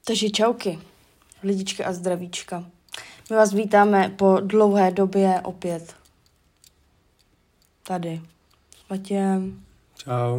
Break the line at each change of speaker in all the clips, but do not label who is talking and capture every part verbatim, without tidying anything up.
Takže čauky, lidičky a zdravíčka. My vás vítáme po dlouhé době opět tady s Matějem.
Čau.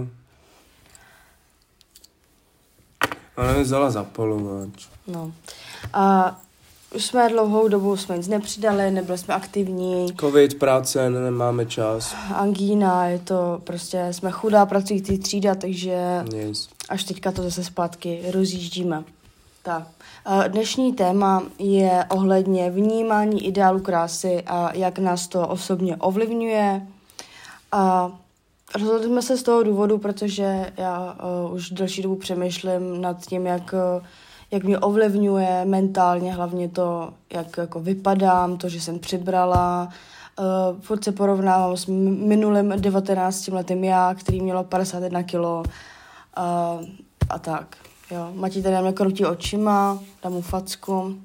Ona mi vzala za polovač.
No. A už jsme dlouhou dobu jsme nic nepřidali, nebyli jsme aktivní.
Covid, práce, ne, nemáme čas.
Angína, je to prostě, jsme chudá pracující třída, takže
Nic.
až teďka to zase zpátky rozjíždíme. Tak. A dnešní téma je ohledně vnímání ideálu krásy a jak nás to osobně ovlivňuje. A rozhodli jsme se z toho důvodu, protože já uh, už delší dobu přemýšlím nad tím, jak, uh, jak mě ovlivňuje mentálně, hlavně to, jak jako vypadám, to, že jsem přibrala. Uh, furt se porovnávám s minulým devatenáctiletým já, který mělo padesát jedna kilo uh, a tak. Jo, Matěj tady na mě kroutí očima, dám mu facku.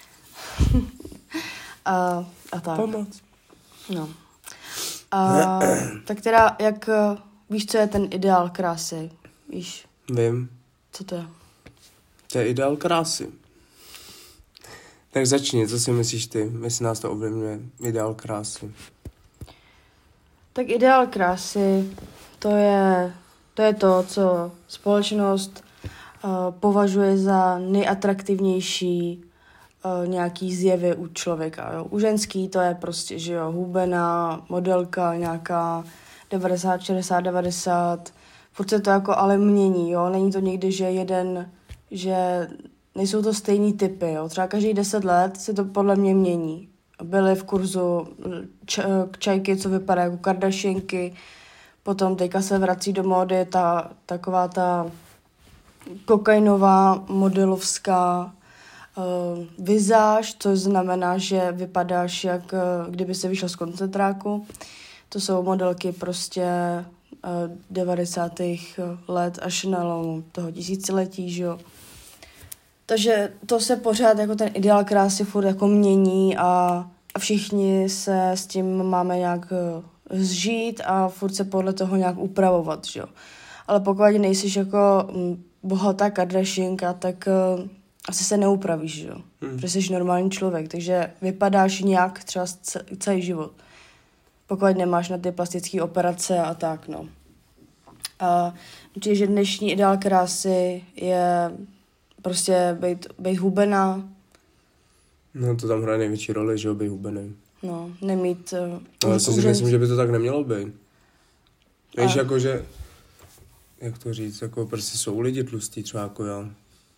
a, a tak.
Pomoc.
No. A, tak teda, jak víš, co je ten ideál krásy? Víš,
Vím.
co to je?
To je ideál krásy. Tak začni, co si myslíš ty, jestli nás to ovlivňuje, ideál krásy.
Tak ideál krásy, to je to, je to co společnost uh, považuje za nejatraktivnější uh, nějaký zjevy u člověka. Jo. U ženský to je prostě, že jo, hubená, modelka, nějaká devadesát, šedesát, devadesát. Furt se to jako ale mění, jo. Není to někdy, že jeden, že nejsou to stejný typy, jo. Třeba každý deset let se to podle mě mění. Byly v kurzu č- čajky, co vypadá jako Kardashianky, potom teďka se vrací do módy ta taková ta kokainová modelovská uh, vizáž, což znamená, že vypadáš jak uh, kdyby se vyšla z koncentráku. To jsou modelky prostě uh, devadesátých let až na lomu toho tisíciletí, že jo. Takže to se pořád jako ten ideál krásy furt jako mění a, a všichni se s tím máme nějak uh, zžít a furt se podle toho nějak upravovat, že jo. Ale pokud nejsi jako um, bohatá Kardashianka, tak uh, asi se neupravíš, že jo. Hmm. Protože jsi normální člověk, takže vypadáš nějak třeba celý život. Pokud nemáš na ty plastické operace a tak, no. A určitě, že dnešní ideál krásy je prostě být, být hubená.
No to tam hraje největší roli, že jo, být hubený.
No, nemít... Uh,
Ale já si
užen...
myslím, že by to tak nemělo být. Víš,
a...
jako že, jak to říct, jako prostě jsou lidi tlustí, třeba jako já.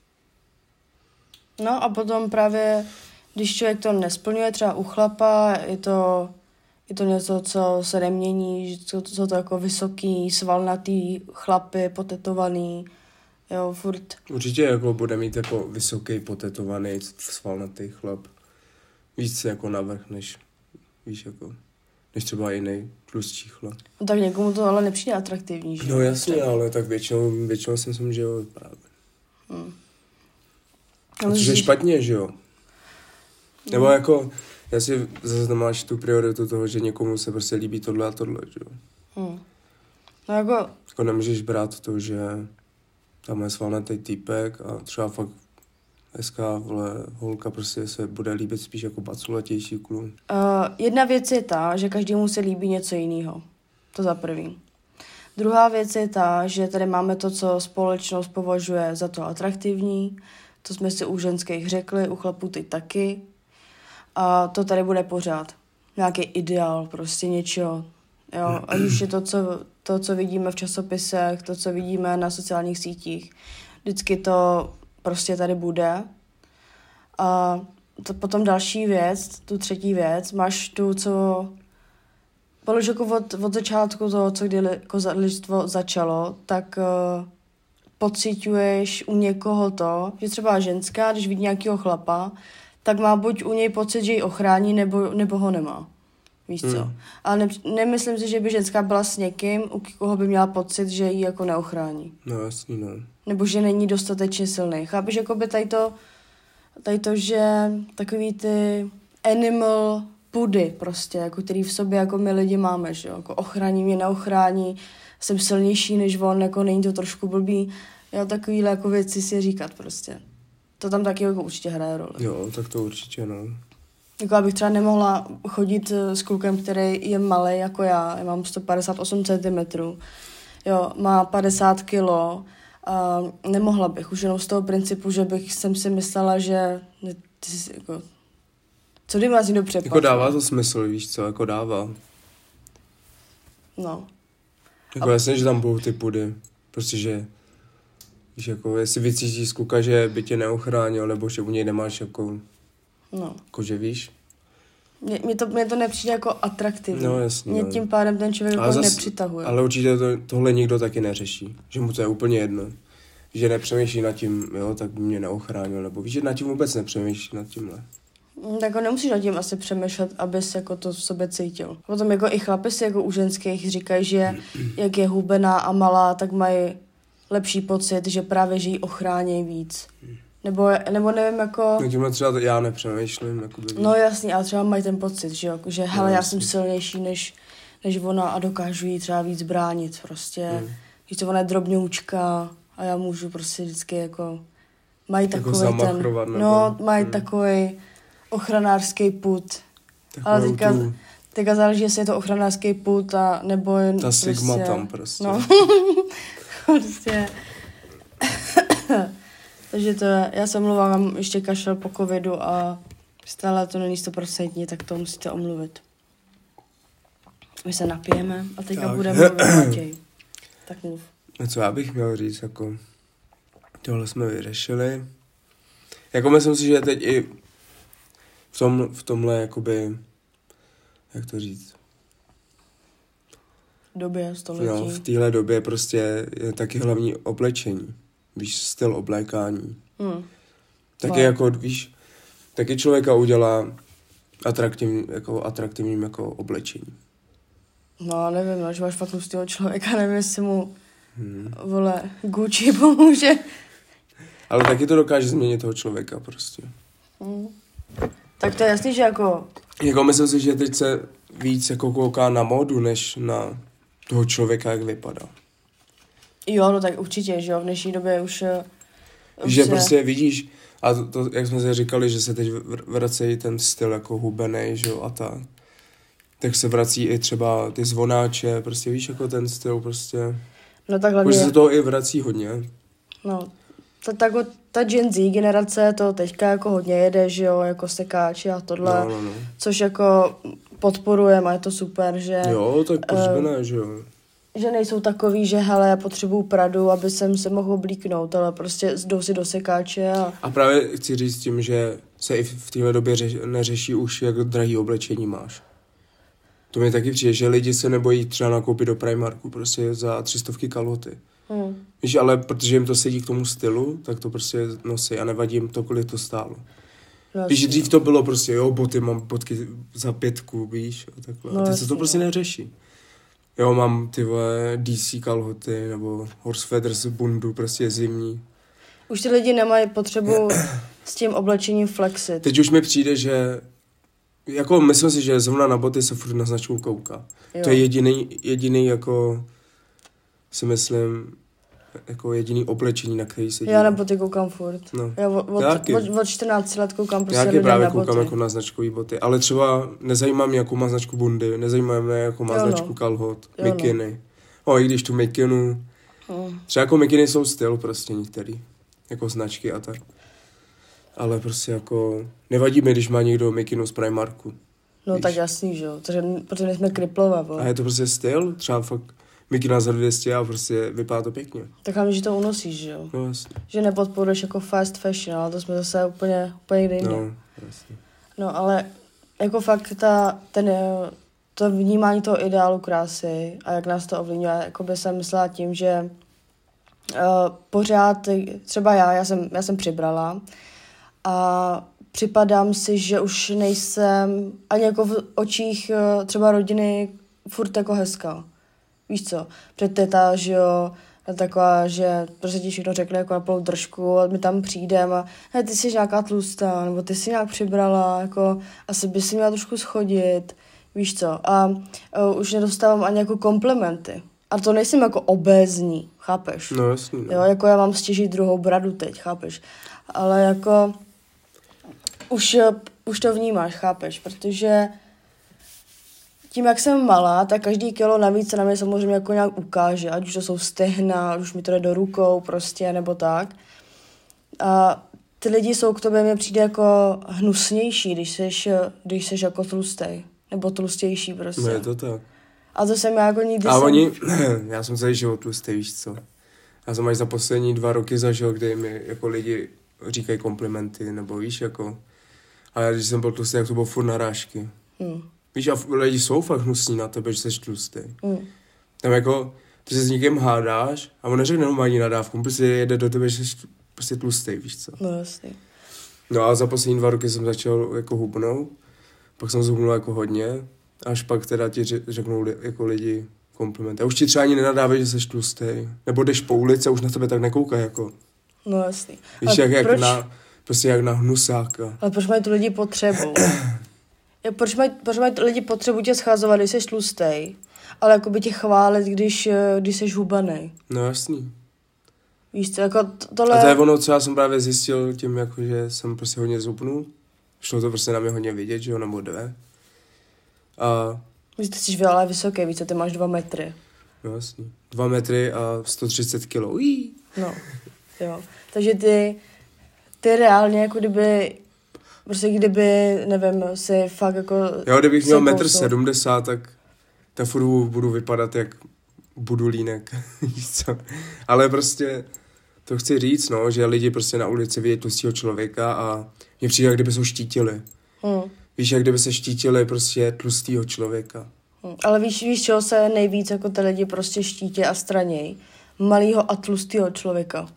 No a potom právě, když člověk to nesplňuje, třeba u chlapa, je to, je to něco, co se nemění, že jsou to jako vysoký, svalnatý chlapy, potetovaný, jo, furt.
Určitě jako bude mít jako vysoký, potetovaný, svalnatý chlap. Víc jako navrch, než, víš, jako, než třeba jiný tlustší chlap.
No tak někomu to ale nepřijde atraktivní, že?
No jasně, tak. Ale tak většinou, většinou si myslím, že jo, právě.
Hmm.
No, což je špatně, že jo? Hmm. Nebo jako, já si zase máš tu prioritu toho, že někomu se prostě líbí tohle a tohle, že jo?
Hmm. No jako...
Jako nemůžeš brát to, že tam je svalnatý týpek a třeba fakt hezká, vole, holka prostě se bude líbit spíš jako baculatější kluk. Uh,
jedna věc je ta, že každému se líbí něco jiného. To za prvý. Druhá věc je ta, že tady máme to, co společnost považuje za to atraktivní. To jsme si u ženských řekli, u chlapů ty taky. A to tady bude pořád. Nějaký ideál prostě něčeho. Jo? Ať už je to co, to, co vidíme v časopisech, to, co vidíme na sociálních sítích. Vždycky to prostě tady bude. A to potom další věc, tu třetí věc, máš tu, co... Bylo, že jako od, od začátku toho, co kdy jako lidstvo začalo, tak uh, pociťuješ u někoho to, že třeba ženská, když vidí nějakého chlapa, tak má buď u něj pocit, že ji ochrání, nebo, nebo ho nemá. Víš co? Hmm. Ale ne, nemyslím si, že by ženská byla s někým, u koho by měla pocit, že ji jako neochrání.
No jasný, no.
Nebo že není dostatečně silný. Chápeš, jako by tady to, tady to, že takový ty animal pudy prostě, jako který v sobě jako my lidi máme, že jo, jako ochrání mě, neochrání, jsem silnější než on, jako není to trošku blbý, jo, takovýhle jako věci si říkat prostě. To tam taky jako určitě hraje roli.
Jo, tak to určitě, no.
Jako abych třeba nemohla chodit s klukem, který je malej jako já, já mám sto padesát osm centimetrů, jo, má padesát kilo, a nemohla bych už jenom z toho principu, že bych jsem si myslela, že ty jsi, jako, co kdyby vás někdo přepadl?
Jako dává to smysl, víš co, jako dává.
No.
Jako a... jasně, že tam budou ty pudy, protože víš, jako jestli vycítíš z kluka, že by tě neochránil, nebo že u něj nemáš jako,
no.
Jako že víš.
Mně, mně, to, mně to nepřijde jako atraktivní.
No jasně.
Mě tím pádem ten člověk jako zas, nepřitahuje.
Ale určitě to, tohle nikdo taky neřeší, že mu to je úplně jedno. Že nepřemýšlí nad tím, jo, tak by mě neochránil, nebo víš, že nad tím vůbec nepřemýšlí nad tímhle.
Tak jako nemusíš nad tím asi přemýšlet, abys jako to v sobě cítil. Potom jako i chlapi si jako u ženských říkají, že jak je hubená a malá, tak mají lepší pocit, že právě že jí ochrání víc. Nebo, nebo nevím, jako...
No tímhle třeba já nepřemýšlím, jako by...
No jasný, ale třeba mají ten pocit, že jako, že hele, no, já jsem silnější než, než ona a dokážu jí třeba víc bránit, prostě. Hmm. Když to ona je drobňoučka a já můžu prostě vždycky jako... Mají takový jako ten... Nebo... No, mají hmm. takový ochranářský pud. Takovou ale teďka, tu... teďka záleží, jestli je to ochranářský pud a nebo jen
ta
prostě...
sigma tam prostě.
No, prostě... Takže to je, já se omluvám, mám ještě kašel po covidu a stále to není stoprocentní, tak to musíte omluvit. My se napijeme a teďka tak. Budeme mluvit Matěj. Tak mluv.
No co já bych měl říct, jako tohle jsme vyřešili. Jako myslím si, že teď i v, tom, v tomhle jakoby, jak to říct?
Době, století.
No, v téhle době prostě je taky hlavní oblečení. Víš, styl oblékání. Hmm. Taky wow. Jako, víš, taky člověka udělá atraktivní, jako atraktivním jako oblečení.
No, nevím, no, že máš fakt tlustého člověka, nevím, jestli mu hmm. vole, Gucci pomůže.
Ale taky to dokáže změnit toho člověka prostě.
Hmm. Tak to je jasný, že jako...
Jako myslím si, že teď se víc jako kouká na módu, než na toho člověka, jak vypadá.
Jo, no tak určitě, že jo, v dnešní době už... už
že
se...
prostě vidíš, a to, to, jak jsme si říkali, že se teď vracejí ten styl jako hubenej, že jo, a tak. Tak se vrací i třeba ty zvonáče, prostě víš, jako ten styl prostě...
No tak hlavně...
Protože se toho i vrací hodně.
No, ta, ta, ta Gen Z generace to teďka jako hodně jede, že jo, jako sekáči a tohle,
no, no, no.
Což jako podporujeme a je to super, že...
Jo, tak proč by
uh,
ne, že jo.
Že nejsou takový, že hele, já potřebuju Pradu, aby jsem se mohl oblíknout, ale prostě jdou si do sekáče a...
A právě chci říct tím, že se i v téhle době řeš, neřeší už, jak drahý oblečení máš. To mi taky přijde, že lidi se nebojí třeba nakoupit do Primarku prostě za třistovky kalhoty. Hmm. Víš, ale protože jim to sedí k tomu stylu, tak to prostě nosí a nevadí jim to, kolik to stálo.
No,
víš, dřív to bylo prostě, jo, boty, mám botky za pětku, víš, a takhle.
No,
a teď se to prostě neřeší. Jo, mám ty vole D C kalhoty, nebo Horse Feathers bundu, prostě zimní.
Už ty lidi nemají potřebu s tím oblečením flexit.
Teď už mi přijde, že jako myslím si, že zrovna na boty se furt na značku kouká. Jo. To je jediný, jediný jako si myslím, jako jediný oblečení, na který se
Já na boty koukám furt.
No.
Já od, od, od, od čtrnácti let koukám prostě
já právě
na
koukám
boty.
jako na značkový boty, ale třeba nezajímá mě, jakou má značku bundy, nezajímá mě, jakou má jo, značku no. kalhot, jo, mikiny. No. O, i když tu mikinu, hmm. třeba jako mikiny jsou styl prostě některý, jako značky a tak. Ale prostě jako nevadí mi, když má někdo mikinu z Primarku.
No víš? Tak jasný, že jo, protože nejsme kriplové.
A je to prostě styl, třeba fakt mikina za dvě stě a prostě vypadá to pěkně.
Tak hlavně, že to unosíš, že jo?
No jasně.
Že nepodporuješ jako fast fashion, ale to jsme zase úplně, úplně někde jinde.
No, jasně.
No, ale jako fakt ta, ten, to vnímání toho ideálu krásy a jak nás to ovlivňuje, jako by jsem myslela tím, že uh, pořád, třeba já, já jsem, já jsem přibrala a připadám si, že už nejsem ani jako v očích uh, třeba rodiny furt jako hezká. Víš co, před teta, že jo, taková, že prostě ti všechno řekne jako na plnou držku a my tam přijdeme a hej, ty jsi nějaká tlustá, nebo ty jsi nějak přibrala, jako asi by si měla trošku schodit, víš co. A uh, už nedostávám ani jako komplimenty. A to nejsem jako obézní, chápeš?
No jasně. No.
Jo, jako já mám stěžit druhou bradu teď, chápeš? ale jako už, už to vnímáš, chápeš, protože tím, jak jsem malá, tak každý kilo navíc se na mě samozřejmě jako nějak ukáže, ať už to jsou stehna, ať už mi to jde do rukou prostě, nebo tak. A ty lidi jsou k tobě, mě přijde jako hnusnější, když seš, když seš jako tlustej, nebo tlustější prostě.
No je to tak.
A to jsem já jako nikdy
A
jsem...
oni, já jsem celý život tlustý, víš co. Já jsem až za poslední dva roky zažil, kde mi jako lidi říkají komplimenty, nebo víš, jako... Ale když jsem byl tlustý, tak to bylo furt narážky. Hmm. Víš, a lidi jsou fakt hnusní na tebe, že jsi tlustý. Hmm. Tam jako, ty se s někým hádáš a on neřekne normální nadávku, prostě jede do tebe, že jsi prostě tlustý, víš co.
No jasně.
No a za poslední dva roky jsem začal jako hubnout, pak jsem zhubnul jako hodně, až pak teda ti řeknou jako lidi komplimenty. A už ti třeba ani nenadávají, že jsi tlustý. Nebo jdeš po ulici a už na tebe tak nekoukají, jako.
No jasný.
Víš, jak, jak na, prostě jak na hnusáka.
Ale proč mají tu lidi potřebu? proč, mají, proč mají lidi potřebu tě scházovat, když jsi tlustý, ale jako by tě chválit, když, když jsi hubanej?
No jasný.
Víš co, jako tohle...
A to je ono, co já jsem právě zjistil tím, jako, že jsem prostě hodně zhubnul. Šlo to prostě na mě hodně vidět, že jo, nebo dvě. A...
Víš, ty jsi ale vysoký, víš co, ty máš dva metry.
No jasný. Dva metry a sto třicet kilo. Ují.
No, jo. Takže ty, ty reálně, jako kdyby, prostě kdyby, nevím, si fakt jako...
Jo, kdybych měl metr sedmdesát, tak, tak furt budu vypadat jak budulínek, víš co. Ale prostě to chci říct, no, že lidi prostě na ulici vidí tlustýho člověka a mně přijde, jak kdyby se štítili. Hmm. Víš, jak kdyby se štítili prostě tlustýho člověka.
Hmm. Ale víš, víš, čeho se nejvíc jako ty lidi prostě štítí a straněj? Malýho a tlustýho člověka.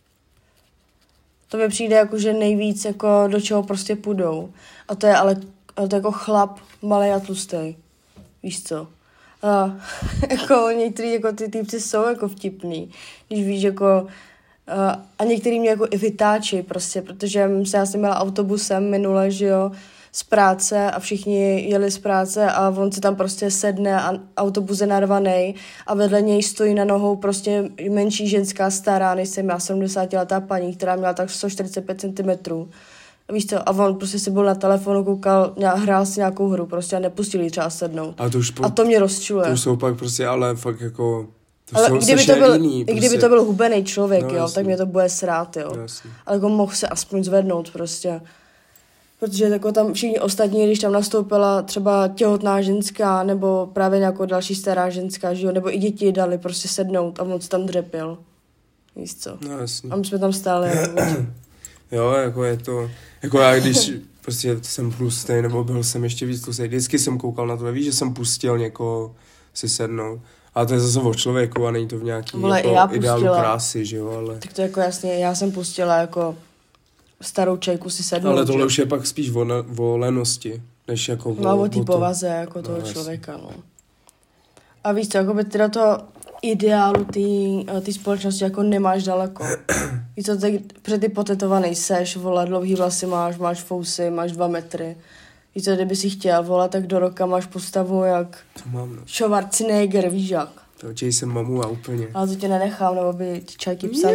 To mi přijde jako, že nejvíc jako do čeho prostě půjdou. A to je ale to je jako chlap malý a tlustý. Víš co? A jako některý jako ty týpci jsou jako vtipný. Když víš jako a, a některý mě jako i vytáčí prostě, protože se já jsem měla autobusem minule, že jo, z práce a všichni jeli z práce a on si tam prostě sedne a autobus je narvanej a vedle něj stojí na nohou prostě menší ženská stará, než jsem já, sedmdesátiletá paní, která měla tak sto čtyřicet pět centimetrů. Víš co, a on prostě si byl na telefonu, koukal, hrál si nějakou hru prostě a nepustil jí třeba sednout.
A to, už po,
a to mě rozčiluje.
To jsou pak prostě, ale fakt jako... To
ale
jsou
kdyby to, byl,
jiný, prostě.
kdyby to byl hubený člověk,
no,
jo,
jasný.
tak mě to bude srát, jo.
No,
ale jako mohl se aspoň zvednout prostě. Protože jako tam všichni ostatní, když tam nastoupila třeba těhotná ženská nebo právě nějakou další stará ženská, že jo, nebo i děti dali prostě sednout a on se tam dřepil. Víš co?
No jasný.
A my jsme tam stáli jako...
Jo, jako je to... Jako já, když prostě jsem tlustý, nebo byl jsem ještě víc tlustý, vždycky jsem koukal na to, víš, že jsem pustil někoho si sednout. Ale to je zase o člověku a není to v nějaký jako ideálu krásy, že jo, ale...
Tak to jako jasně, já jsem pustila jako starou čajku si sednout.
Ale tohle že? Už je pak spíš o, ne, o lenosti, než jako o...
No, o té povaze jako no, toho jasný. Člověka, no. A víš co, jako by teda to ideálu té společnosti jako nemáš daleko. Víš co, tak před ty potetovaný seš, vole, dlouhý vlasy máš, máš fousy, máš dva metry. Víš co, kdyby si chtěl, vole, tak do roka máš postavu jak
to mám, no.
Schwarzenegger, víš jak.
To čej jsem mamu a úplně.
Ale to tě nenechám, nebo by ti čajky psali.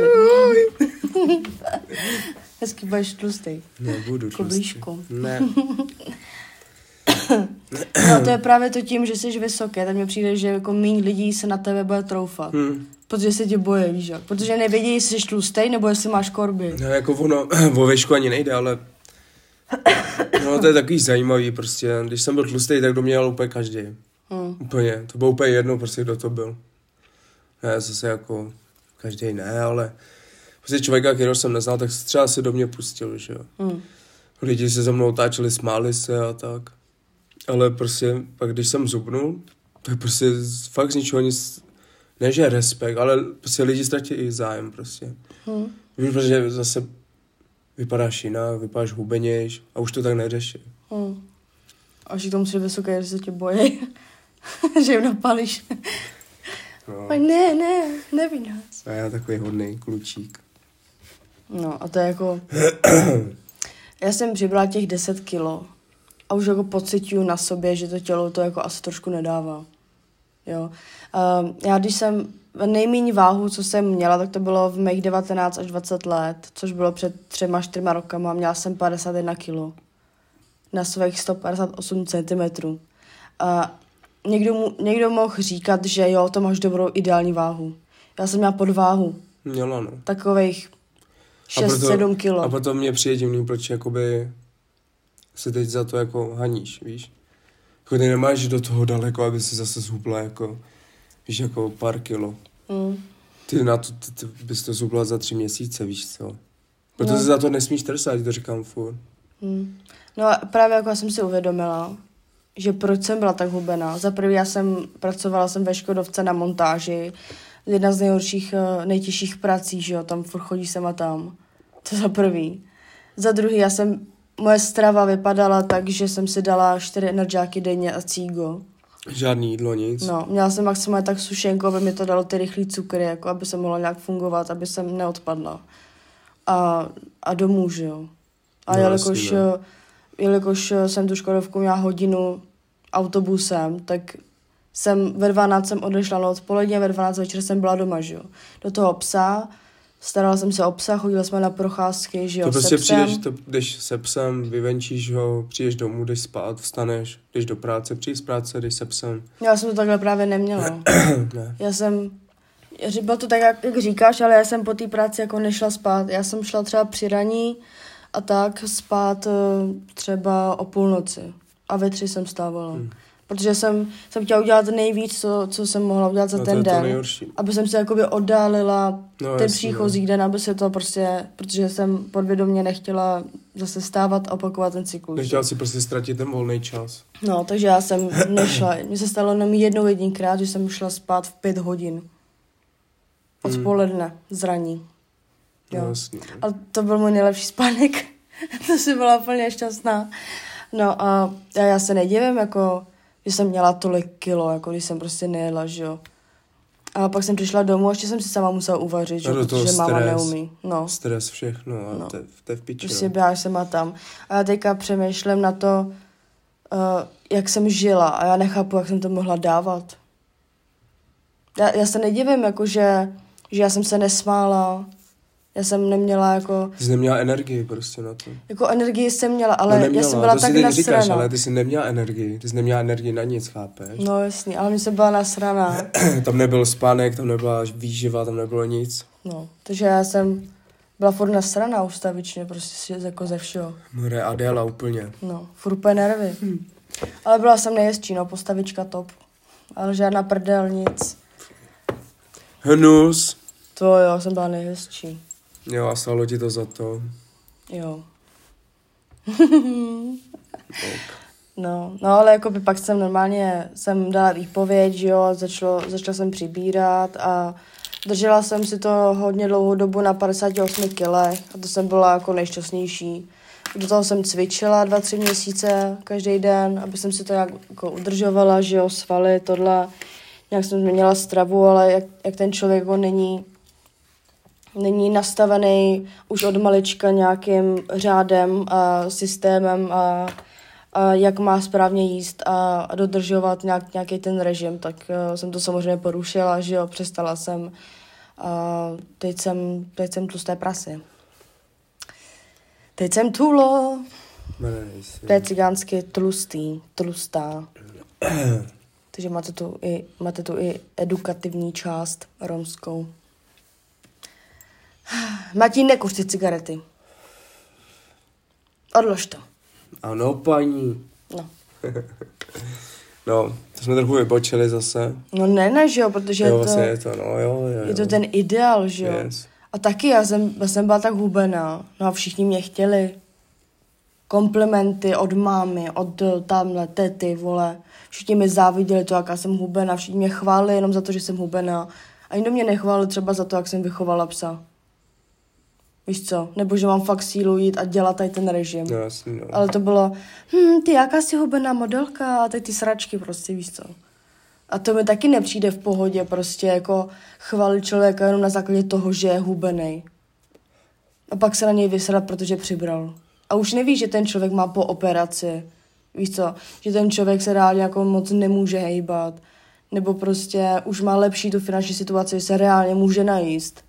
Hezky budeš tlustý.
Nebudu tlustý. Ne.
No to je právě to tím, že jsi vysoký, tak mi přijde, že jako méně lidí se na tebe bude troufat. Hmm. Protože se tě boje, víš jak. Protože nevědí, jestli jsi tlustý, nebo jestli máš korby.
No jako ono, o vešku ani nejde, ale no to je takový zajímavý prostě. Když jsem byl tlustý, tak do mě jel úplně každý. Hmm. Úplně, to bylo úplně jedno prostě, kdo to byl. Ne, zase jako každý ne, ale prostě člověka, kterého jsem neznal, tak třeba se do mě pustil, že jo. Hmm. Lidi se za mnou otáčeli, smáli se a tak. Ale prostě pak, když jsem zubnul, tak prostě fakt z ničeho nic, ne že respekt, ale prostě lidi ztratí i zájem prostě. Hmm. Víš, protože zase vypadáš jinak, vypadáš hubenějš a už to tak neřeší.
Hmm. A už k tomu si vysoké, že se tě bojí, že jim napálíš. No. Ne, ne, neví nás.
A já takový hodnej klučík.
No a to je jako... Já jsem přibrala těch deset kilo a už jako pocituju na sobě, že to tělo to jako asi trošku nedává. Jo. Uh, já když jsem nejméně váhu, co jsem měla, tak to bylo v mých devatenáct až dvacet let, což bylo před třema, čtyřma rokama. Měla jsem padesát jedna kilo na svých sto padesát osm centimetrů. A někdo, mu, někdo mohl říkat, že jo, to máš dobrou ideální váhu. Já jsem měla podváhu.
Měla, no.
Takových šest sedm kilo.
A potom mě přijde divný, proč jakoby se teď za to jako haníš, víš? Jako ty nemáš do toho daleko, aby si zase zhubla jako, víš, jako pár kilo. Mm. Ty na to, ty, ty bys to zhubla za tři měsíce, víš co? Proto no. se za to nesmíš trsat, to říkám furt.
Mm. No a právě jako já jsem si uvědomila, že proč jsem byla tak hubená. Za prvý já jsem pracovala jsem ve Škodovce na montáži, jedna z nejhorších, nejtěžších prací, že jo, tam furt chodí sem a tam. To za prvý. Za druhý, já jsem, moje strava vypadala tak, že jsem si dala čtyři energáky denně a cígo.
Žádný jídlo, nic.
No, měla jsem maximálně tak sušenku, aby mi to dalo ty rychlý cukry, jako aby jsem mohla nějak fungovat, aby jsem neodpadla. A, a domů, že jo. A no, jelikož, jasný, no. jelikož jsem tu Škodovku měla hodinu autobusem, tak jsem ve dvanáct jsem odešla na odpoledně, ve dvanáct večer jsem byla doma, že jo. Do toho psa, starala jsem se o psa, chodila jsme na procházky, že jo,
to prostě
se psem.
Přijdeš, to jdeš se psem, vyvenčíš ho, přijdeš domů, jdeš spát, vstaneš, jdeš do práce, přijdeš z práce, jdeš se psem.
Já jsem to takhle právě neměla. ne. Já jsem, bylo to tak, jak, jak říkáš, ale já jsem po té práci jako nešla spát. Já jsem šla třeba při raní a tak spát třeba o půlnoci. A ve tři jsem stávala. Hmm. Protože jsem, jsem chtěla udělat nejvíc, co, co jsem mohla udělat za no, ten den. Aby jsem se jakoby oddálila no, ten příchozí no. den, aby se to prostě, protože jsem podvědomě nechtěla zase stávat a opakovat ten cyklus.
Nechtěla si prostě ztratit ten volný čas.
No, takže já jsem nešla. Mně se stalo jenom jednou jedinkrát, že jsem šla spát v pět hodin. Odpoledne, hmm. z raní. Jo. No, jasně. A to byl můj nejlepší spánek. To si byla úplně šťastná. No a já, já se nedivím, jako že jsem měla tolik kilo, jako když jsem prostě nejedla, že jo. A pak jsem přišla domů a ještě jsem si sama musela uvařit, že, protože stres, máma neumí. No.
Stres, všechno a no. to je v piči.
Prostě běháš sem a tam. A já teďka přemýšlím na to, uh, jak jsem žila a já nechápu, jak jsem to mohla dávat. Já, já se nedivím, jako že, že já jsem se nesmála. Já jsem neměla jako...
Ty jsi neměla energii prostě na to.
Jako energii jsem měla, ale no neměla, já jsem byla
to
tak
si
nasraná.
Říkáš, ale ty jsi neměla energii. Ty jsi neměla energii na nic, chápeš?
No jasný, ale mě jsem byla nasraná.
Tam nebyl spánek, tam nebyla výživa, tam nebylo nic.
No, takže já jsem byla furt nasraná ustavičně, prostě jako ze všeho.
More Adéla úplně.
No, furt úplně nervy. Hmm. Ale byla jsem nejhezčí, no, postavička top. Ale žádná prdel, nic.
Hnus.
To jo, jsem byla nejhezčí.
Jo, a stalo ti to za to.
Jo. no, no, ale jako by pak jsem normálně, jsem dala výpověď, že jo, začalo, začala jsem přibírat a držela jsem si to hodně dlouhou dobu na padesát osm kilech a to jsem byla jako nejšťastnější. Do toho jsem cvičila dva, tři měsíce každý den, aby jsem si to nějak jako udržovala, že jo, svaly, tohle. Nějak jsem změnila stravu, ale jak, jak ten člověk jako není není nastavený už od malička nějakým řádem a systémem a, a jak má správně jíst a, a dodržovat nějak, nějaký ten režim, tak uh, jsem to samozřejmě porušila, že jo, přestala jsem a teď jsem, teď jsem tlusté prasy. Teď jsem tulo. To je cigánsky tlustý, tlustá. Takže máte tu i, máte tu i edukativní část romskou. Martin, nekuř ty cigarety. Odlož to.
Ano, paní.
No.
no, to jsme trochu vybočili zase.
No ne, ne, že jo, protože
jo,
to,
vlastně je to, no jo, jo, jo.
Je to ten ideál, že jo.
Yes.
A taky já jsem, já jsem byla tak hubená. No a všichni mě chtěli. Komplimenty od mámy, od tamhle tety, vole. Všichni mi záviděli to, jaká jsem hubená. Všichni mě chválili jenom za to, že jsem hubená. A nikdo mě nechválil třeba za to, jak jsem vychovala psa. Víš co? Nebo že mám fakt sílu jít a dělat tady ten režim.
No, jasný, no.
Ale to bylo, hm, ty jaká jsi hubená modelka a teď ty sračky prostě, víš co? A to mi taky nepřijde v pohodě prostě jako chválit člověka jenom na základě toho, že je hubenej. A pak se na něj vysrat, protože přibral. A už nevíš, že ten člověk má po operaci. Víš co? Že ten člověk se reálně jako moc nemůže hejbat. nebo prostě už má lepší tu finanční situaci, že se reálně může najíst.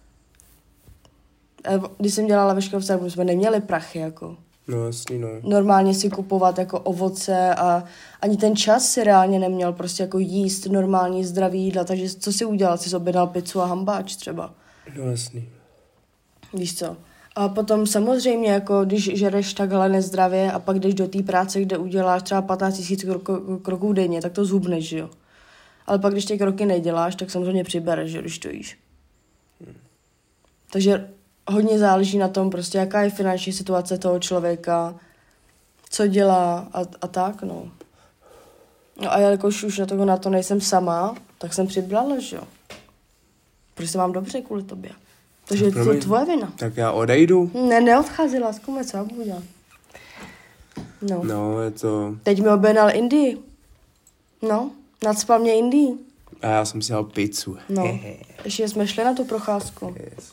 Když jsem dělala ve školce, tak jsme neměli prachy, jako.
No jasný, no.
Normálně si kupovat jako ovoce a ani ten čas si reálně neměl prostě jako jíst normální zdravý jídla, takže co si udělal? Jsi objednal pizzu a hambáč třeba.
No jasný.
Víš co? A potom samozřejmě, jako když žereš takhle nezdravě a pak jdeš do té práce, kde uděláš třeba patnáct tisíc kroků, kroků denně, tak to zhubneš, že jo? Ale pak, když ty kroky neděláš, tak samozřejmě přibereš, že když to jíš. Hmm. Takže hodně záleží na tom, prostě jaká je finanční situace toho člověka, co dělá a, a tak, no. No a jakož už na to, na to nejsem sama, tak jsem přibrala, že jo? Protože se mám dobře kvůli tobě. Takže je to tvoje vina.
Tak já odejdu.
Ne, neodchází, lásku, co já budu dělat. No.
No, je to...
Teď mi objednal Indii. No, nadspal mě Indii.
A já jsem si dal pizzu.
No, ještě jsme šli na tu procházku.
Yes.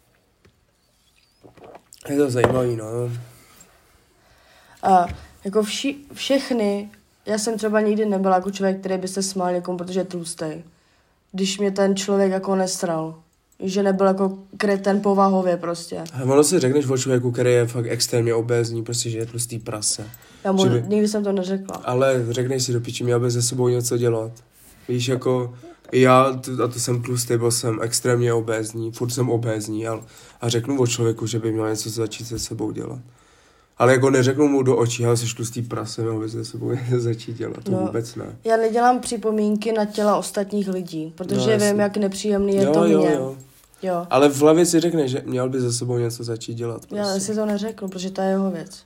Je to zajímavý, no.
A jako vši, všechny, já jsem třeba nikdy nebyla jako člověk, který by se smál někomu, protože je tlustej. Když mě ten člověk jako nesral. Že nebyl jako kreten povahově prostě.
A ono si řekneš o člověku, který je fakt extrémně obézní, prostě, že je tlustý prase.
Já mu, by... nikdy jsem to neřekla.
Ale řekneš si do piči, měl by se sebou něco dělat. Víš, jako já, a to jsem tlustý, byl jsem extrémně obézní, furt jsem obézní a, a řeknu o člověku, že by měl něco začít se sebou dělat. Ale jako neřeknu mu do očí, ale jsi tlustý prase, měl by se sebou začít dělat, to no, vůbec ne.
Já nedělám připomínky na těla ostatních lidí, protože no, vím, jak nepříjemný je
jo,
to
jo,
mě.
Jo.
Jo.
Ale v hlavě si řekne, že měl by za sebou něco začít dělat. Prostě.
Já si to neřeknu, protože to je jeho věc.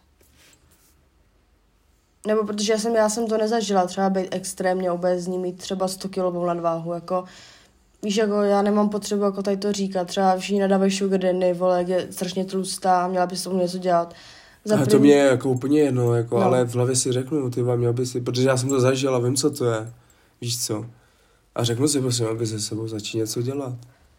Nebo protože já jsem, já jsem to nezažila, třeba být extrémně obézní, mít třeba sto kilovou nadváhu, jako víš, jako já nemám potřebu jako tady to říkat, třeba všichni nadávají sugar daddy, vole, jak je strašně tlustá, měla by se tomu něco dělat.
Za a to mě je jako úplně jedno, jako, no. Ale v hlavě si řeknu, ty měl by si, protože já jsem to zažila, vím, co to je, víš co. A řeknu si, prostě měl by se sebou začít něco dělat.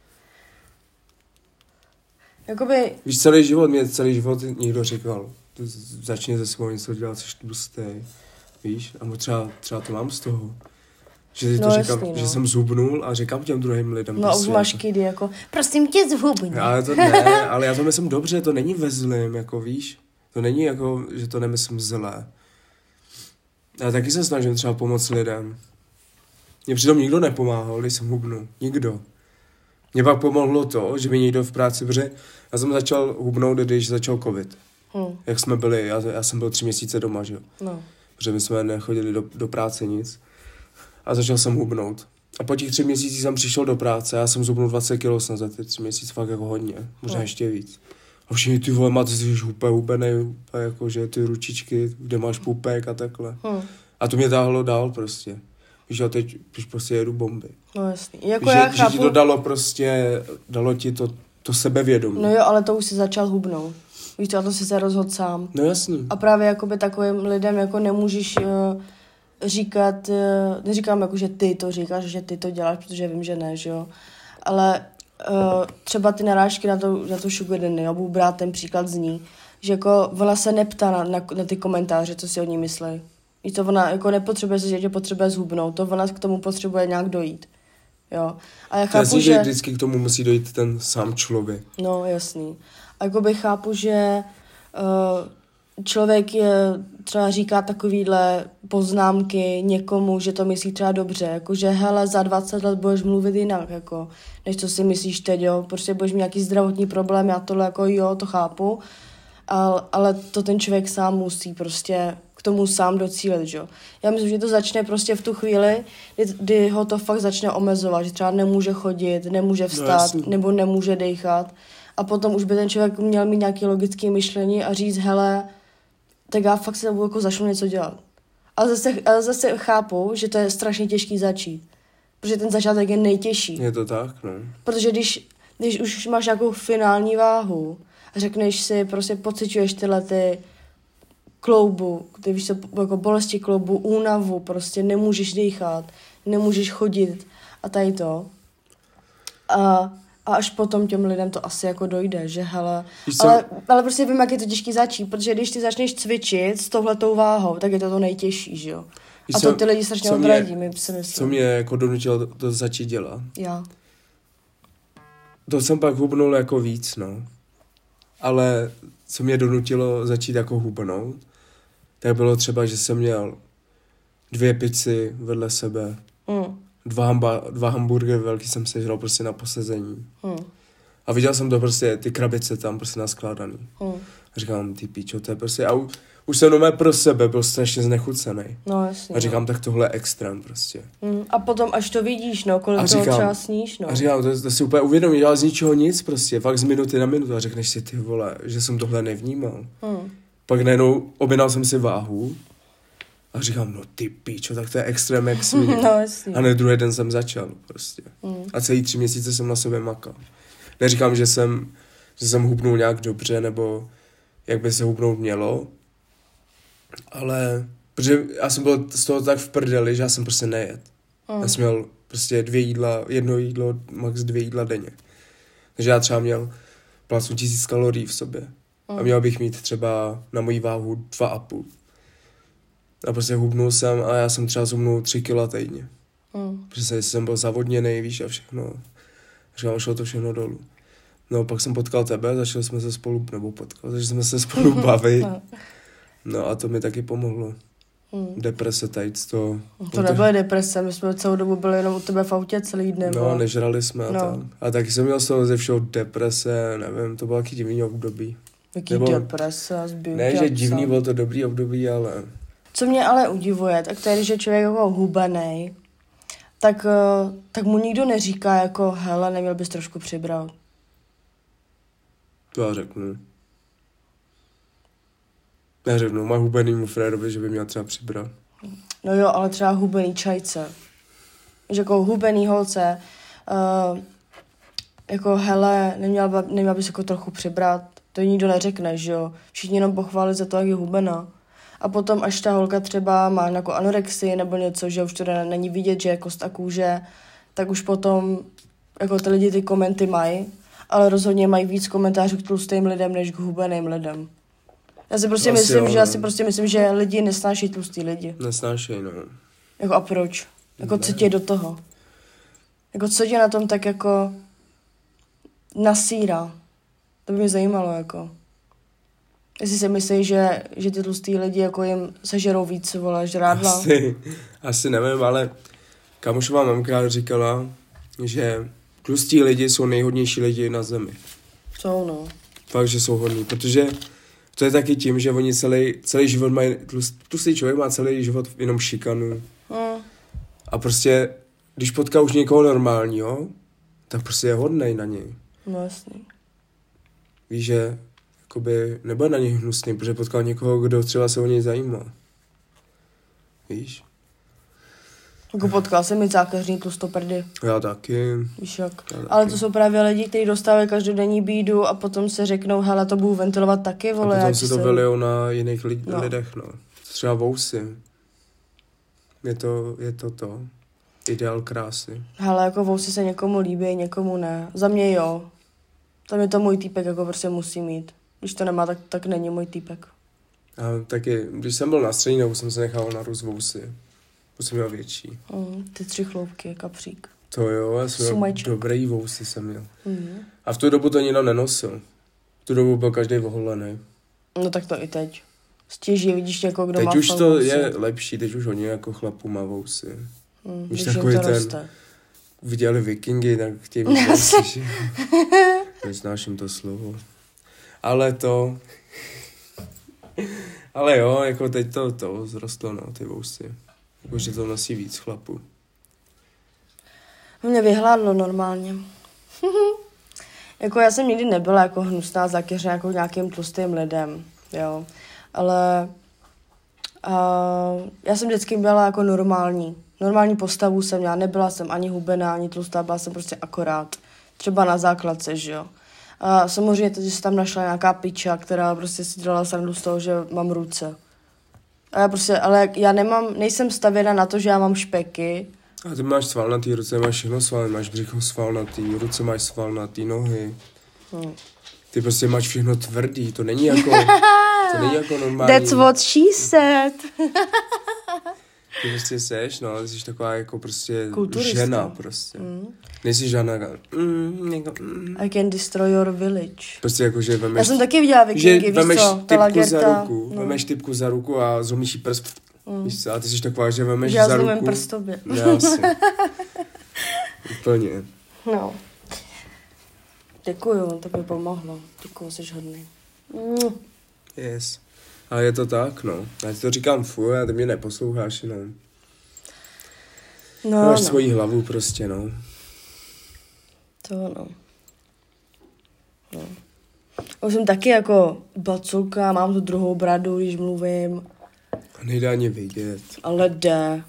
Jakoby...
Víš, celý život, mě celý život někdo říkal, začni se sebou něco dělat, jsi tlustý, víš, a třeba, třeba to mám z toho. Že,
no,
to
jasný,
říkám,
no.
že jsem zhubnul a říkám těm druhým lidem.
No prostě, už máš kidy, jako, prosím tě zhubni.
Ale to ne, ale já to myslím dobře, to není ve zlým, jako víš, to není jako, že to nemyslím zlé. Já taky se snažím třeba pomoct lidem. Mně přitom nikdo nepomáhal, když jsem hubnul, nikdo. Mně pak pomohlo to, že mi někdo v práci, protože já jsem začal hubnout, když začal covid. Hmm. Jak jsme byli, já, já jsem byl tři měsíce doma, že jo.
No.
Protože my jsme nechodili do, do práce nic. A začal jsem hubnout. A po těch tři měsících jsem přišel do práce a já jsem zhubnul dvacet kilo snad za ty tři měsíce, fakt jako hodně, možná no. ještě víc. A všichni ty vole, máte si úplně hubenej, úplně jako, že ty ručičky, kde máš pupek a takhle. Hmm. A to mě táhlo dál prostě. Víš, já teď už prostě jedu bomby.
No jasný. Jako
Víš,
já
že,
chápu...
že ti to dalo prostě, dalo ti to, to sebevědomí.
No jo, ale to už si začal hubnout. Víš to, a to si se rozhodl sám.
No jasný.
A právě jakoby takovým lidem jako nemůžeš uh, říkat, uh, neříkám jako, že ty to říkáš, že ty to děláš, protože vím, že ne, že jo. Ale uh, třeba ty narážky na to, na to sugar daddy, já budu brát ten příklad z ní, že jako ona se neptá na, na, na ty komentáře, co si o ní myslí. Víš to, ona jako nepotřebuje se, že potřebuje zhubnout, to ona k tomu potřebuje nějak dojít. Jo. A já chápu,
jasný,
že...
vždycky k tomu musí dojít ten sám člověk.
No, jasný. A jakoby chápu, že uh, člověk je, třeba říká takovýhle poznámky někomu, že to myslí třeba dobře, jako že hele, za dvacet let budeš mluvit jinak, jako, než co si myslíš teď, jo, prostě budeš mít nějaký zdravotní problém, já tohle jako jo, to chápu, ale, ale to ten člověk sám musí prostě k tomu sám docílit, jo. Já myslím, že to začne prostě v tu chvíli, kdy, kdy ho to fakt začne omezovat, že třeba nemůže chodit, nemůže vstát, no, nebo nemůže dejchat. A potom už by ten člověk měl mít nějaké logické myšlení a říct, hele, tak já fakt se jako začnu něco dělat. Ale zase, ale zase chápu, že to je strašně těžký začít. Protože ten začátek je nejtěžší.
Je to tak, no.
Protože když, když už máš nějakou finální váhu a řekneš si, prostě pociťuješ tyhle ty kloubu, ty víš co, jako bolesti kloubu, únavu, prostě nemůžeš dýchat, nemůžeš chodit a tady to. A A až potom těm lidem to asi jako dojde, že hele, ale, ale prostě vím, jak je to těžký začít, protože když ty začneš cvičit s touhletou váhou, tak je to to nejtěžší, že jo. A to ty lidi strašně odradí, mi si myslím.
Co mě jako donutilo to, to začít dělat?
Já.
To jsem pak hubnul jako víc, no. Ale co mě donutilo začít jako hubnout, tak bylo třeba, že jsem měl dvě pici vedle sebe, mm. dva, hamba, dva hamburgery velký jsem sežral prostě na posezení. Mm. A viděl jsem to prostě, ty krabice tam prostě naskládaný. Mm. A říkám, ty píčo, to je prostě, a u, už jsem doma pro sebe byl strašně znechucený.
No jasně.
A říkám, tak tohle je extrém prostě.
Mm. A potom až to vidíš, no, kolik toho třeba sníš, no.
A říkám, to, to si úplně uvědomíš, ale z ničeho nic prostě, fakt z minuty na minutu a řekneš si, ty vole, že jsem tohle nevnímal. Mm. Pak najednou objednal jsem si váhu a říkám, no ty píčo, tak to je extrém jak svině.
No jasně.
A ne druhý den jsem začal prostě. Mm. A celý tři měsíce jsem na sobě makal. Neříkám, že jsem, že jsem hubnul nějak dobře, nebo jak by se hubnout mělo, ale protože já jsem byl z toho tak v prdeli, že já jsem prostě nejet. Mm. Já jsem měl prostě dvě jídla, jedno jídlo, max dvě jídla denně. Takže já třeba měl plácu tisíc kalorií v sobě. Mm. A měl bych mít třeba na moji váhu dva a půl. A prostě hubnul jsem a já jsem třeba zhubnul tři kila týdně. Mm. Protože jsem byl zavodněnej, víš, a všechno. Říkám, šlo to všechno dolů. No, pak jsem potkal tebe, začali jsme se spolu, nebo potkal, takže jsme se spolu bavit. No a to mi taky pomohlo. Mm. Deprese tady z toho.
To nebyly deprese, my jsme celou dobu byli jenom u tebe v autě celý den.
No, nežrali jsme a no. tak. A taky jsem měl z toho ze všeho deprese, nevím, to bylo taky divný období.
Jaký nebo, deprese? Zbývky
ne, že divný, bylo to dobrý období, ale...
Co mě ale udivuje, tak to je, když je člověk jako hubenej, tak, tak mu nikdo neříká jako, hele, neměl bys trošku přibrat.
To já řeknu. Já řeknu, má hubenýmu frérovi, že by měl třeba přibrat.
No jo, ale třeba hubený čajce. Že jako hubený holce, uh, jako hele, neměla, neměla bys jako trochu přibrat. To nikdo neřekne, že jo. Všichni jenom pochválí za to, jak je hubená. A potom, až ta holka třeba má jako anorexii nebo něco, že už to není vidět, že je kost a kůže, tak už potom jako ty lidi ty komenty mají, ale rozhodně mají víc komentářů k tlustým lidem, než k hubeným lidem. Já si prostě Asi myslím, jo, že já si prostě myslím, že lidi nesnáší tlustý lidi.
Nesnáší, no.
Jako a proč? Jako ne. Co tě do toho? Jako co tě na tom tak jako nasírá? To by mě zajímalo, jako. Jestli si myslíš, že, že ty tlustý lidi jako jim sežerou víc, vole, žrádla?
Asi, asi nevím, ale kamošová mamka říkala, že tlustí lidi jsou nejhodnější lidi na zemi.
Jsou, no.
Fakt, že jsou hodní, protože to je taky tím, že oni celý, celý život mají, tlust, tlustý člověk má celý život jenom šikanu. Hmm. A prostě, když potká už někoho normálního, tak prostě je hodnej na něj.
No jasný.
Víš, že jakoby nebude na něj hnusný, protože potkal někoho, kdo třeba se o něj zajímá. Víš?
Jako potkal jsem mi zákeřní tlustoprdy.
Já taky.
Víš jak. Ale to jsou právě lidi, kteří dostávají každodenní bídu a potom se řeknou, hele, to budu ventilovat taky, vole.
A potom se to jsem... vylijou na jiných lid- no. lidech, no. Třeba vousy. Je to, je to to. Ideál krásy.
Hele, jako vousy se někomu líbí, někomu ne. Za mě jo. Tam je to můj týpek, jako prostě musí mít. Když to nemá, tak, tak není můj týpek.
A taky, když jsem byl na střední, nebo jsem se nechal narůst vousy. To jsem měl větší.
Mm, ty tři chloupky, kapřík.
To jo, já jsem měl dobrý vousy jsem měl. Mm. A v tu dobu to nikdo nenosil. V tu dobu byl každý oholený.
No tak to i teď. Stěží, vidíš někoho, kdo
teď
má
už to
vousy.
Je lepší, teď už hodně jako chlapů má vousy.
Mm,
víš, takový ten... Roste. Viděli Vikingy, tak chtějí mít vousy. Neznáším to slovo. Ale to... Ale jo, jako teď to, to zrostlo, no, ty vousy. Už je to nosí víc chlapů.
Mě vyhládlo normálně. Jako já jsem nikdy nebyla jako hnusná zakeřená jako nějakým tlustým lidem, jo. Ale uh, já jsem vždycky byla jako normální. Normální postavu jsem měla, nebyla jsem ani hubená, ani tlustá, byla jsem prostě akorát. Třeba na základce, že jo. A samozřejmě teď se tam našla nějaká piča, která prostě si dělala srandu z toho, že mám ruce. A já prostě, ale já nemám, nejsem stavěna na to, že já mám špeky.
A ty máš svalnatý ruce, máš všechno svalné, máš břicho svalnatý, ruce máš svalnatý, nohy. Hmm. Ty prostě máš všechno tvrdý, to není jako, to není jako normální.
That's what she said.
Ty prostě seš, no, jsi taková jako prostě
kulturista.
Žena prostě. Mm. Nejsi žádná, mm, jako, mm.
I can destroy your village.
Prostě jako, že vemeš...
Já jsem taky viděla Vikingy, víš co?
Ta typku za ruku, no. Vemeš typku za ruku a zlomíš jí prst. Mm. Víš co, a ty jsi taková, že vemeš
já
za ruku.
Já zlomím prst tobě.
Já asi. Úplně.
No. Děkuju, to by pomohlo. Děkuju, jsi hodný. Mm.
Yes. Ale je to tak, no. Já ti to říkám fuj, a ty mě neposloucháš, no.
No,
máš
no.
svoji hlavu prostě, no.
To no. No. Už jsem taky jako baculka, mám tu druhou bradu, když mluvím.
Nejde ani vidět.
Ale jde.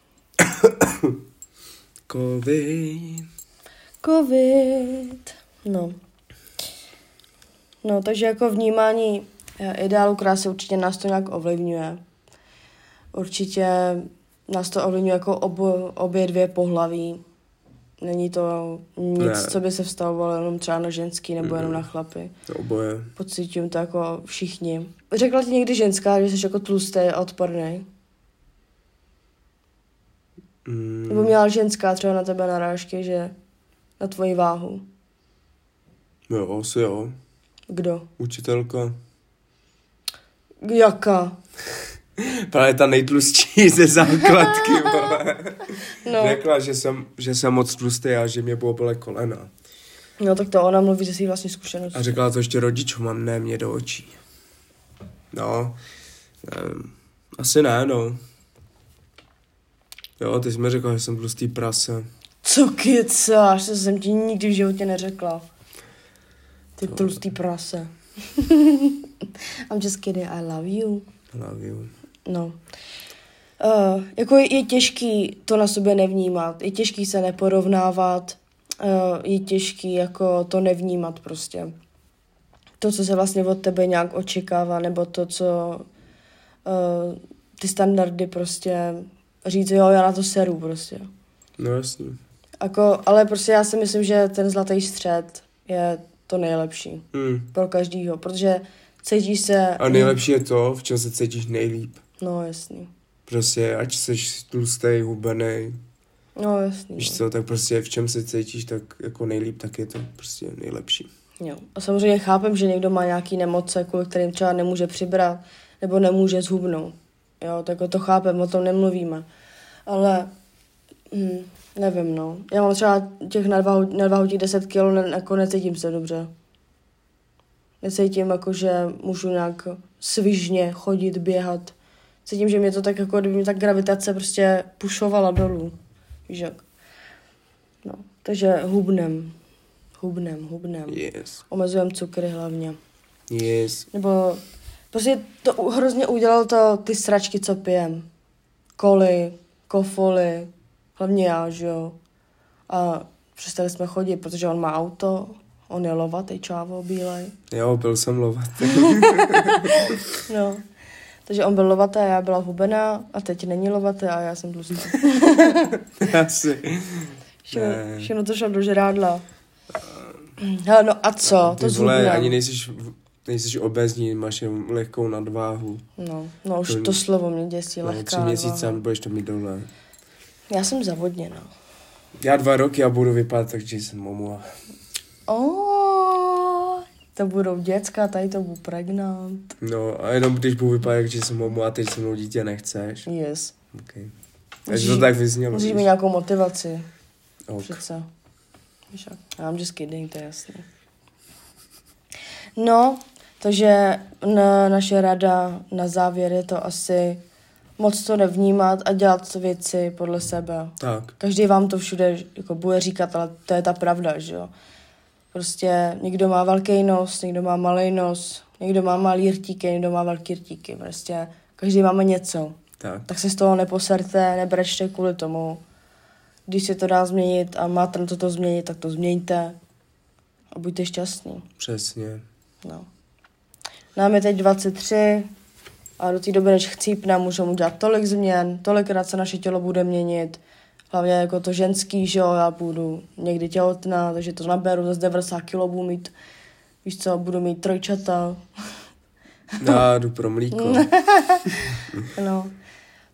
Covid.
Covid. No. No, takže jako vnímání ideálu krásy určitě nás to nějak ovlivňuje. Určitě nás to ovlivňuje jako obo, obě dvě pohlaví. Není to nic, ne. co by se vztahovalo jenom třeba na ženský nebo mm. jenom na chlapy.
To oboje.
Pocítím to jako všichni. Řekla ti někdy ženská, že jsi jako tlustý a odporný? Mm. Nebo měla ženská třeba na tebe narážky, že na tvoji váhu?
Jo, asi jo.
Kdo?
Učitelka.
Jaká?
Právě ta nejtlustší ze základky,
no.
Řekla, že jsem, že jsem moc tlustý a že mě bolely kolena.
No tak to ona mluví ze svých vlastní zkušeností.
A řekla to ještě rodičům a ne mě do očí. No, nevím. Asi ne, no. Jo, ty jsi mi řekla, že jsem tlustý prase.
Co kecáš, to jsem ti nikdy v životě neřekla. Ty no. Tlustý prase. I'm just kidding, I love you.
I love you.
No. Uh, jako je, je těžký to na sobě nevnímat, je těžký se neporovnávat, uh, je těžký jako to nevnímat prostě. To, co se vlastně od tebe nějak očekává, nebo to, co uh, ty standardy prostě říct, jo, já na to seru prostě.
No jasně.
Jako, ale prostě já si myslím, že ten zlatý střed je to nejlepší.
Hmm.
Pro každýho, protože cítíš se...
A nejlepší je to, v čem se cítíš nejlíp.
No, jasný.
Prostě, ať jsi tlustej, hubenej.
No, jasný.
Víš co, tak prostě v čem se cítíš tak jako nejlíp, tak je to prostě nejlepší.
Jo. A samozřejmě chápem, že někdo má nějaký nemoce, kvůli kterým třeba nemůže přibrat, nebo nemůže zhubnout. Jo, tak to chápem, o tom nemluvíme. Ale, hm, nevím, no. Já mám třeba těch nadváhu, nadváhu těch deset kilo, ne, jako necítím se dobře. Necítím, jako, že můžu nějak svižně chodit, běhat. Cítím, že mě to tak, jako kdyby mě ta gravitace prostě pušovala dolů. Víš jak? No, takže hubnem. Hubnem, hubnem.
Yes.
Omezujem cukry hlavně.
Yes.
Nebo prostě to hrozně udělalo to ty sračky, co pijem. Koly, kofoly, hlavně já, že jo. A přestali jsme chodit, protože on má auto, on je lovatý, čávo, bílej.
Jo, byl jsem lovatý.
No. Takže on byl lovatý a já byla hubená a teď není lovatý a já jsem tlustá.
Asi.
Všechno to šlo do žrádla. Hele, no a co?
Ty
to
vole, ani nejsiš, nejsiš obezní, máš jen lehkou nadváhu.
No, no už to, to slovo mě děsí, no, lehká
tři měsíce budeš to mít dole.
Já jsem zavodněná.
Já dva roky a budu vypadat tak, že jsem momu.
Oh, to budou děcka, tady to budu pregnant.
No a jenom když budu vypadat, že jsem momu a teď se mnou dítě nechceš.
Yes.
Okay. Takže to tak vyznělo.
Musíš mít nějakou motivaci.
Ok.
Přece. I'm just kidding, to je jasný. No, takže na, naše rada na závěr je to asi moc to nevnímat a dělat věci podle sebe.
Tak.
Každý vám to všude jako bude říkat, ale to je ta pravda, že jo. Prostě někdo má velký nos, někdo má malý nos, někdo má malý rtíky, někdo má velký rtíky. Prostě každý máme něco.
Tak.
Tak se z toho neposerte, nebrečte kvůli tomu. Když se to dá změnit a máte na to to změnit, tak to změňte a buďte šťastní.
Přesně.
No. Nám je teď dvacet tři a do té doby, než chcípne, můžeme udělat tolik změn, tolikrát se naše tělo bude měnit. Hlavně jako to ženský, že jo, já budu někdy těhotná, takže to naberu, zase devadesát kilo budu mít, víš co, budu mít trojčata.
Já jdu pro mlíko.
No.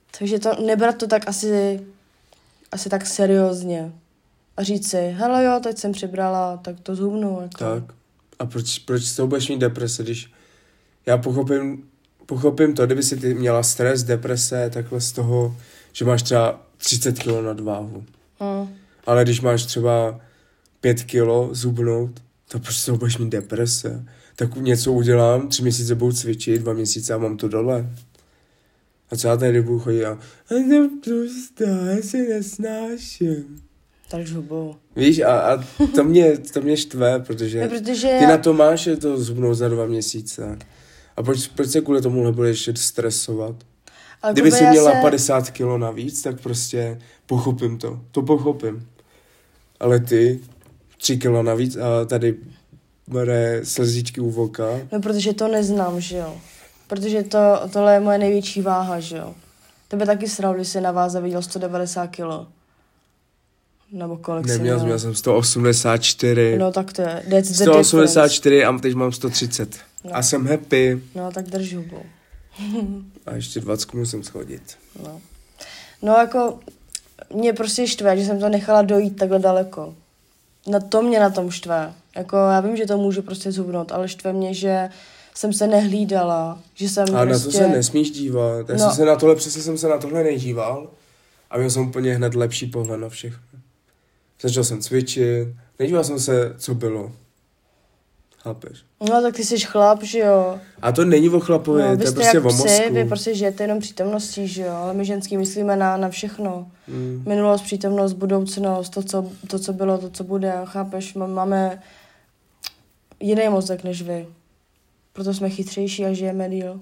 Takže to nebrat to tak asi, asi tak seriózně. A říct si, hele jo, teď jsem přibrala, tak to zhubnu. Jako.
Tak. A proč, proč z toho budeš mít deprese, když já pochopím, pochopím to, kdyby si ty měla stres, deprese, takhle z toho, že máš třeba třicet kilo nadváhu. Mm. Ale když máš třeba pět kilo zhubnout, to proč z toho budeš mít deprese? Tak něco udělám, tři měsíce budu cvičit, dva měsíce a mám to dole. A co já tady budu chodit a jsem tlustá, já si nesnáším.
Tak žhubou.
Víš, a, a to, mě, to mě štve, protože,
no, protože
ty
já...
na to máš, je to zhubnout za dva měsíce. A proč, proč se kvůli tomu nebudeš stresovat? Ale kdyby jsi měla se... padesát kilo navíc, tak prostě pochopím to. To pochopím. Ale ty, tři kilo navíc a tady bere slzičky u voka.
No, protože to neznám, že jo. Protože to, tohle je moje největší váha, že jo. Tebe taky sral, když jsi na váze viděl sto devadesát kilo. Nebo kolik jsi
Neměl, měl jsem sto osmdesát čtyři.
No tak to je. That's
sto osmdesát čtyři a teď mám sto třicet. No. A jsem happy.
No tak drž hubu.
A ještě dvacet musím schodit.
No. No jako, mě prostě štve, že jsem to nechala dojít takhle daleko. Na to mě na tom štve. Jako já vím, že to můžu prostě zhubnout, ale štve mě, že jsem se nehlídala, že jsem
a
prostě...
na to se nesmíš dívat. Já no. jsem se na tohle, přesně jsem se na tohle nejdíval a měl jsem úplně hned lepší pohled na všechno. Začal jsem cvičit, nedíval jsem se, co bylo. Chápeš?
No tak ty jsi chlap, že jo.
A to není o chlapově, no, to je prostě o mozku.
Vy prostě žijete jenom přítomností, že jo, ale my ženský myslíme na, na všechno.
Mm.
Minulost, přítomnost, budoucnost, to co, to, co bylo, to, co bude, chápeš? Máme jiný mozek než vy. Proto jsme chytřejší a žijeme díl.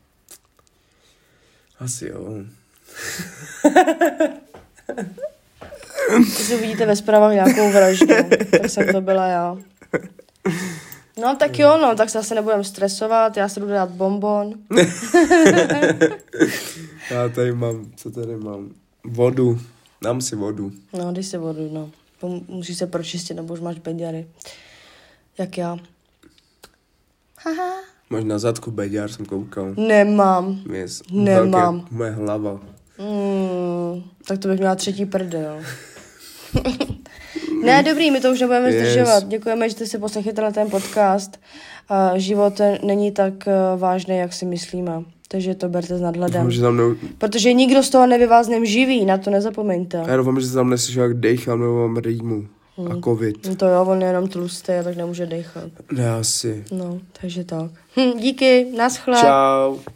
Asi jo.
Když uvidíte ve zprávách nějakou vraždu, tak jsem to byla já. No tak jo, no, tak se zase nebudem stresovat, já se jdu dát bonbon.
Já tady mám, co tady mám? Vodu, dám si vodu.
No, dej si vodu, no. Musíš se pročistit, nebo už máš beďary. Jak já. Haha.
Máš na zadku beďar, jsem koukal.
Nemám.
Yes,
Nemám.
Velké, moje hlava.
Mm, tak to bych měla třetí prdel. Ne, dobrý, my to už nebudeme yes. zdržovat. Děkujeme, že jste si poslechli ten podcast. Uh, život není tak uh, vážný, jak si myslíme. Takže to berte s nadhledem.
Doufám, ne...
Protože nikdo z toho nevyváznem živý, na to nezapomeňte.
Já doufám, že tam neslyšel, jak dejchám, nebo mám rýmu. Hmm. A covid.
No to jo, on je jenom tlustý, tak nemůže dechat.
Ne, asi.
No, takže tak. Hm, díky, naschle.
Čau.